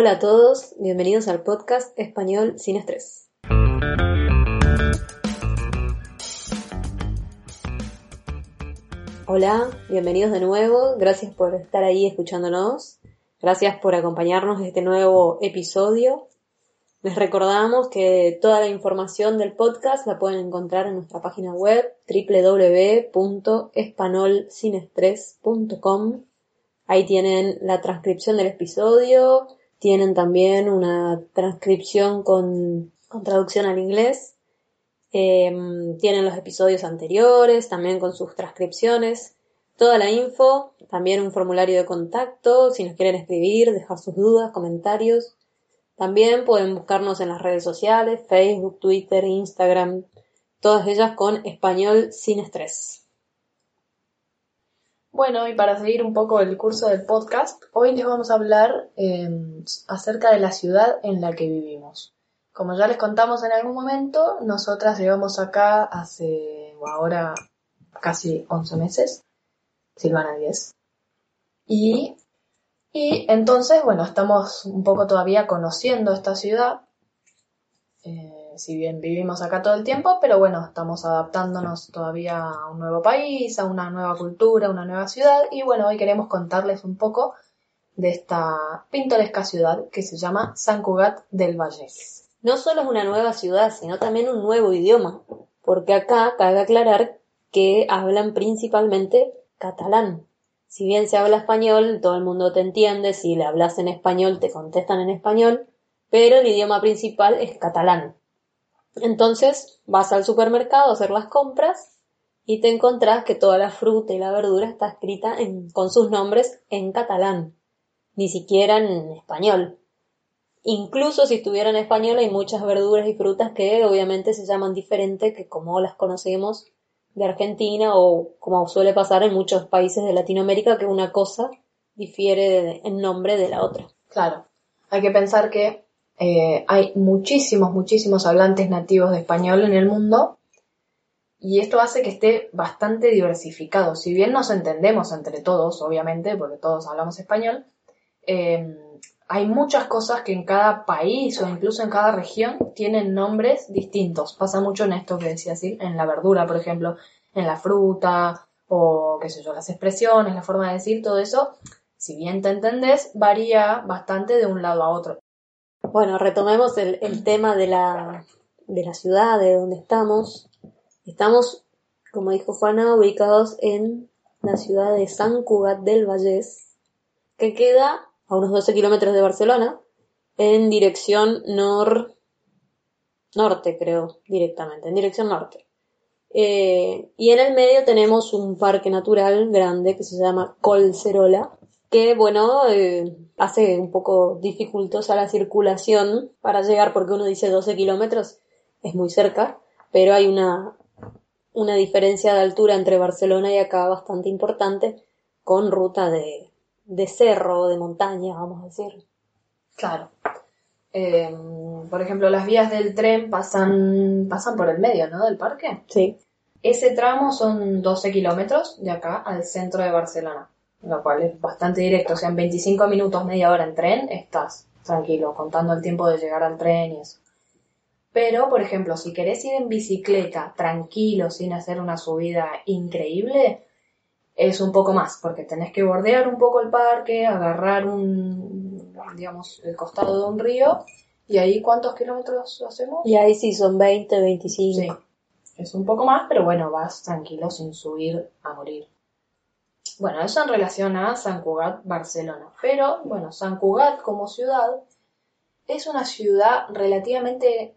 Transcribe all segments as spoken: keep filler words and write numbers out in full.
Hola a todos, bienvenidos al podcast Español sin estrés. Hola, bienvenidos de nuevo, gracias por estar ahí escuchándonos, gracias por acompañarnos en este nuevo episodio. Les recordamos que toda la información del podcast la pueden encontrar en nuestra página web doble u doble u doble u punto espanol sin estrés punto com. Ahí tienen la transcripción del episodio, tienen también una transcripción con, con traducción al inglés, eh, tienen los episodios anteriores, también con sus transcripciones, toda la info, también un formulario de contacto, si nos quieren escribir, dejar sus dudas, comentarios. También pueden buscarnos en las redes sociales, Facebook, Twitter, Instagram, todas ellas con Español sin estrés. Bueno, y para seguir un poco el curso del podcast, hoy les vamos a hablar eh, acerca de la ciudad en la que vivimos. Como ya les contamos en algún momento, nosotras llegamos acá hace o ahora casi once meses, Silvana diez. Y, y entonces, bueno, estamos un poco todavía conociendo esta ciudad, eh, si bien vivimos acá todo el tiempo, pero bueno, estamos adaptándonos todavía a un nuevo país, a una nueva cultura, a una nueva ciudad, y bueno, hoy queremos contarles un poco de esta pintoresca ciudad que se llama Sant Cugat del Vallès. No solo es una nueva ciudad, sino también un nuevo idioma, porque acá cabe aclarar que hablan principalmente catalán. Si bien se habla español, todo el mundo te entiende, si le hablas en español te contestan en español, pero el idioma principal es catalán. Entonces vas al supermercado a hacer las compras y te encontrás que toda la fruta y la verdura está escrita en, con sus nombres en catalán, ni siquiera en español. Incluso si estuviera en español hay muchas verduras y frutas que obviamente se llaman diferente que como las conocemos de Argentina o como suele pasar en muchos países de Latinoamérica, que una cosa difiere de, en nombre de la otra. Claro, hay que pensar que eh, hay muchísimos, muchísimos hablantes nativos de español en el mundo y esto hace que esté bastante diversificado. Si bien nos entendemos entre todos, obviamente, porque todos hablamos español, eh, hay muchas cosas que en cada país o incluso en cada región tienen nombres distintos. Pasa mucho en esto que decía así, en la verdura, por ejemplo, en la fruta o qué sé yo, las expresiones, la forma de decir, todo eso, si bien te entendés, varía bastante de un lado a otro. Bueno, retomemos el, el tema de la, de la ciudad, de donde estamos. Estamos, como dijo Juana, ubicados en la ciudad de Sant Cugat del Vallès, que queda a unos doce kilómetros de Barcelona, en dirección nor... norte, creo, directamente, en dirección norte. Eh, y en el medio tenemos un parque natural grande que se llama Collserola, que, bueno, eh, hace un poco dificultosa la circulación para llegar, porque uno dice doce kilómetros, es muy cerca, pero hay una, una diferencia de altura entre Barcelona y acá bastante importante, con ruta de de cerro, de montaña, vamos a decir. Claro. Eh, por ejemplo, las vías del tren pasan pasan por el medio, ¿no?, del parque. Sí. Ese tramo son doce kilómetros de acá al centro de Barcelona, lo cual es bastante directo. O sea, en veinticinco minutos, media hora en tren, estás tranquilo, contando el tiempo de llegar al tren y eso. Pero, por ejemplo, si querés ir en bicicleta, tranquilo, sin hacer una subida increíble, es un poco más, porque tenés que bordear un poco el parque, agarrar un, digamos, el costado de un río, y ahí ¿cuántos kilómetros hacemos? Y ahí sí son veinte, veinticinco. Sí, es un poco más, pero bueno, vas tranquilo sin subir a morir. Bueno, eso en relación a Sant Cugat, Barcelona. Pero, bueno, Sant Cugat como ciudad es una ciudad relativamente...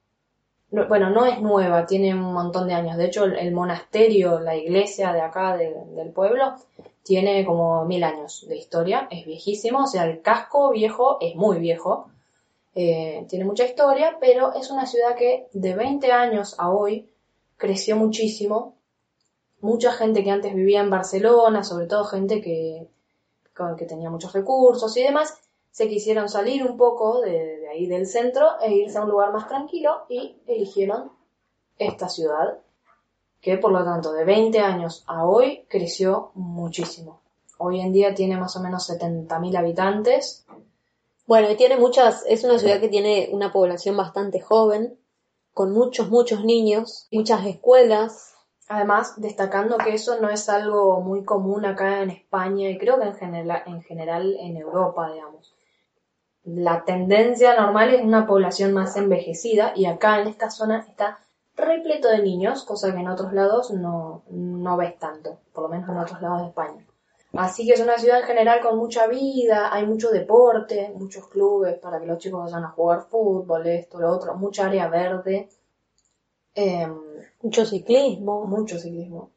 Bueno, no es nueva, tiene un montón de años. De hecho, el, el monasterio, la iglesia de acá, de, del pueblo, tiene como mil años de historia. Es viejísimo, o sea, el casco viejo es muy viejo. Eh, tiene mucha historia, pero es una ciudad que de veinte años a hoy creció muchísimo. Mucha gente que antes vivía en Barcelona, sobre todo gente que, que tenía muchos recursos y demás, se quisieron salir un poco de, de ahí del centro e irse a un lugar más tranquilo y eligieron esta ciudad, que por lo tanto de veinte años a hoy creció muchísimo. Hoy en día tiene más o menos setenta mil habitantes, Bueno, y tiene muchas, es una ciudad que tiene una población bastante joven, con muchos, muchos niños, muchas escuelas. Además, destacando que eso no es algo muy común acá en España y creo que en general, en general en Europa, digamos. La tendencia normal es una población más envejecida y acá en esta zona está repleto de niños, cosa que en otros lados no, no ves tanto, por lo menos en otros lados de España. Así que es una ciudad en general con mucha vida, hay mucho deporte, muchos clubes para que los chicos vayan a jugar fútbol, esto, lo otro, mucha área verde, eh, Mucho ciclismo. mucho ciclismo.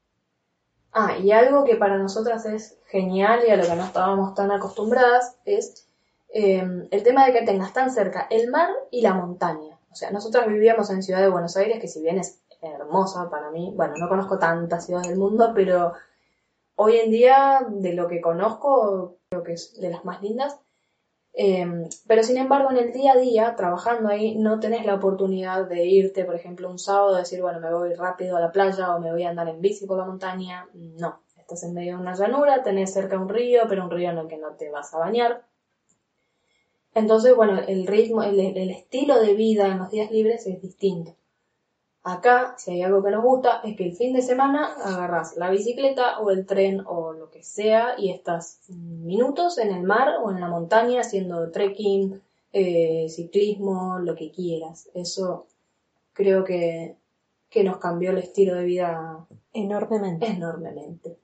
Ah, y algo que para nosotras es genial y a lo que no estábamos tan acostumbradas es eh, el tema de que tengas tan cerca el mar y la montaña. O sea, nosotras vivíamos en Ciudad de Buenos Aires, que si bien es hermosa para mí, bueno, no conozco tantas ciudades del mundo, pero hoy en día, de lo que conozco, creo que es de las más lindas. Eh, pero sin embargo, en el día a día, trabajando ahí, no tenés la oportunidad de irte, por ejemplo, un sábado, decir, bueno, me voy rápido a la playa o me voy a andar en bici por la montaña. No, estás en medio de una llanura, tenés cerca un río, pero un río en el que no te vas a bañar. Entonces, bueno, el ritmo, el, el estilo de vida en los días libres es distinto. Acá, si hay algo que nos gusta, es que el fin de semana agarrás la bicicleta o el tren o lo que sea y estás minutos en el mar o en la montaña haciendo trekking, eh, ciclismo, lo que quieras. Eso creo que, que nos cambió el estilo de vida Enormemente. enormemente.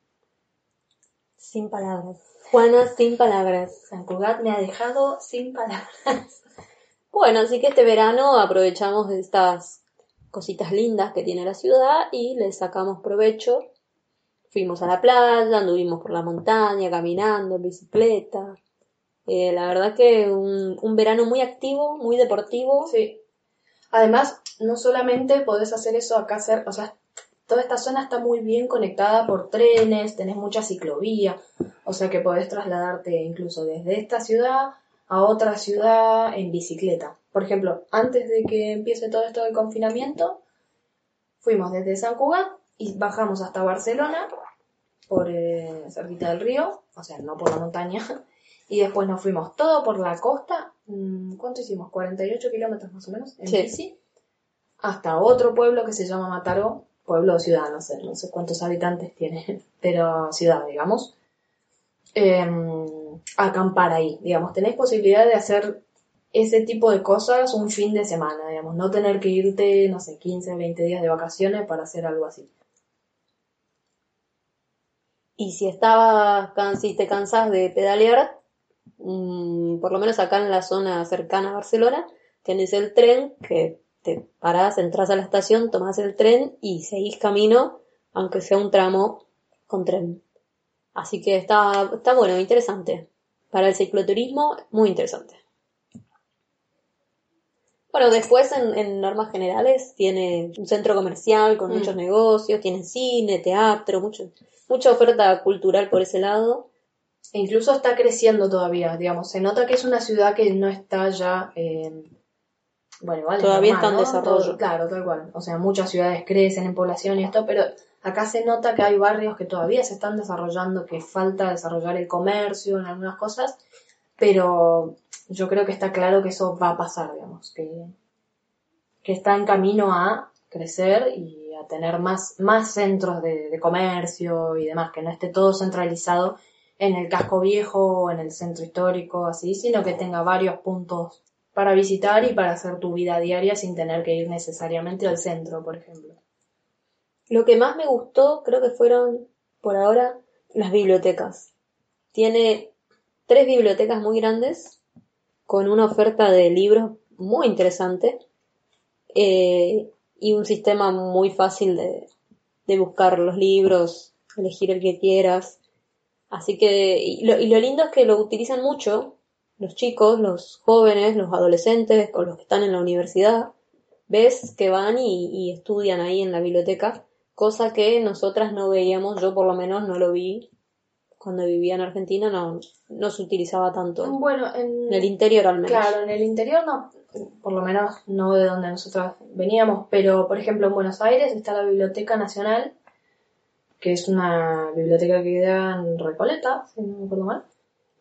Sin palabras. Juana, sin palabras. San Cugat me ha dejado sin palabras. Bueno, así que este verano aprovechamos de estas cositas lindas que tiene la ciudad y le sacamos provecho. Fuimos a la playa, anduvimos por la montaña, caminando, en bicicleta. Eh, la verdad que un, un verano muy activo, muy deportivo. Sí. Además, no solamente podés hacer eso acá cerca, o sea, toda esta zona está muy bien conectada por trenes, tenés mucha ciclovía, o sea que podés trasladarte incluso desde esta ciudad a otra ciudad en bicicleta. Por ejemplo, antes de que empiece todo esto del confinamiento, fuimos desde San Cugat y bajamos hasta Barcelona, por eh, cerquita del río, o sea, no por la montaña, y después nos fuimos todo por la costa. ¿Cuánto hicimos? cuarenta y ocho kilómetros más o menos en Sí. bici, hasta otro pueblo que se llama Mataró, pueblo o ciudad, no sé, no sé cuántos habitantes tiene, pero ciudad, digamos. Eh, a acampar ahí, digamos, tenés posibilidad de hacer ese tipo de cosas un fin de semana, digamos, no tener que irte, no sé, quince, veinte días de vacaciones para hacer algo así. Y si estabas, can- si te cansás de pedalear, mmm, por lo menos acá en la zona cercana a Barcelona, tenés el tren que te parás, entras a la estación, tomás el tren y seguís camino, aunque sea un tramo con tren. Así que está, está bueno, interesante. Para el cicloturismo, muy interesante. Bueno, después en, en normas generales tiene un centro comercial con Mm. muchos negocios, tiene cine, teatro, mucho, mucha oferta cultural por ese lado. E incluso está creciendo todavía, digamos, se nota que es una ciudad que no está ya, eh, bueno, igual es Todavía normal, está en ¿no? desarrollo. Todo- claro, tal cual. O sea, muchas ciudades crecen en población y esto, pero acá se nota que hay barrios que todavía se están desarrollando, que falta desarrollar el comercio en algunas cosas, pero yo creo que está claro que eso va a pasar, digamos, que, que está en camino a crecer y a tener más, más centros de, de comercio y demás, que no esté todo centralizado en el casco viejo o en el centro histórico, así, sino que tenga varios puntos para visitar y para hacer tu vida diaria sin tener que ir necesariamente al centro, por ejemplo. Lo que más me gustó creo que fueron, por ahora, las bibliotecas. Tiene tres bibliotecas muy grandes con una oferta de libros muy interesante eh, y un sistema muy fácil de, de buscar los libros, elegir el que quieras. Así que, y lo, y lo lindo es que lo utilizan mucho los chicos, los jóvenes, los adolescentes o los que están en la universidad. Ves que van y, y estudian ahí en la biblioteca, cosa que nosotras no veíamos, yo por lo menos no lo vi cuando vivía en Argentina, no, no se utilizaba tanto. Bueno, en, En el interior al menos. Claro, en el interior no, por lo menos no de donde nosotros veníamos, pero por ejemplo en Buenos Aires está la Biblioteca Nacional, que es una biblioteca que queda en Recoleta, si no me acuerdo mal.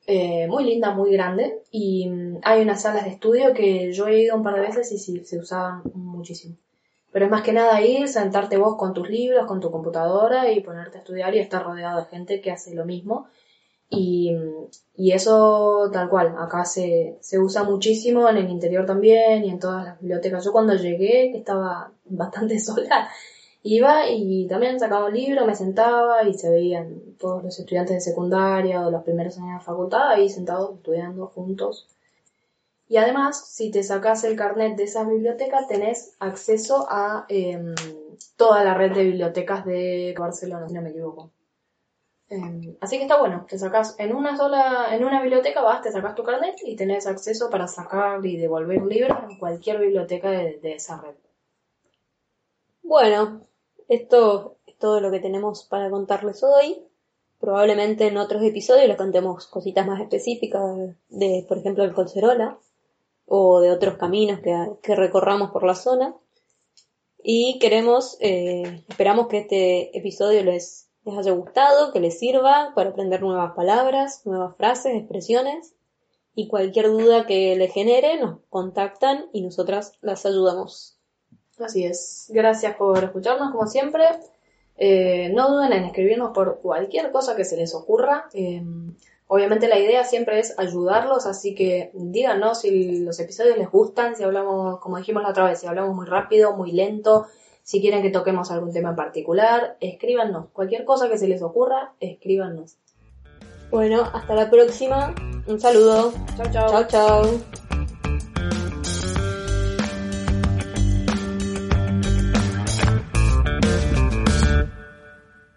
eh, muy linda, muy grande, y mm, hay unas salas de estudio que yo he ido un par de veces y sí, se usaban muchísimo. Pero es más que nada ir, sentarte vos con tus libros, con tu computadora y ponerte a estudiar y estar rodeado de gente que hace lo mismo. Y, y eso tal cual, acá se, se usa muchísimo en el interior también y en todas las bibliotecas. Yo cuando llegué, que estaba bastante sola, iba y también sacaba un libro, me sentaba y se veían todos los estudiantes de secundaria o de los primeros años de facultad ahí sentados estudiando juntos. Y además, si te sacás el carnet de esas bibliotecas, tenés acceso a eh, toda la red de bibliotecas de Barcelona, si no me equivoco. Eh, así que está bueno, te sacás en una sola, en una biblioteca vas, te sacás tu carnet y tenés acceso para sacar y devolver libros en cualquier biblioteca de, de esa red. Bueno, esto es todo lo que tenemos para contarles hoy. Probablemente en otros episodios les contemos cositas más específicas de, de, por ejemplo, el Collserola o de otros caminos que, que recorramos por la zona. Y queremos, eh, esperamos que este episodio les, les haya gustado, que les sirva para aprender nuevas palabras, nuevas frases, expresiones. Y cualquier duda que les genere, nos contactan y nosotras las ayudamos. Así es. Gracias por escucharnos, como siempre. Eh, no duden en escribirnos por cualquier cosa que se les ocurra. Eh, obviamente la idea siempre es ayudarlos, así que díganos si los episodios les gustan, si hablamos, como dijimos la otra vez, si hablamos muy rápido, muy lento, si quieren que toquemos algún tema en particular, escríbanos. Cualquier cosa que se les ocurra, escríbanos. Bueno, hasta la próxima. Un saludo. Chau, chau. Chau, chau.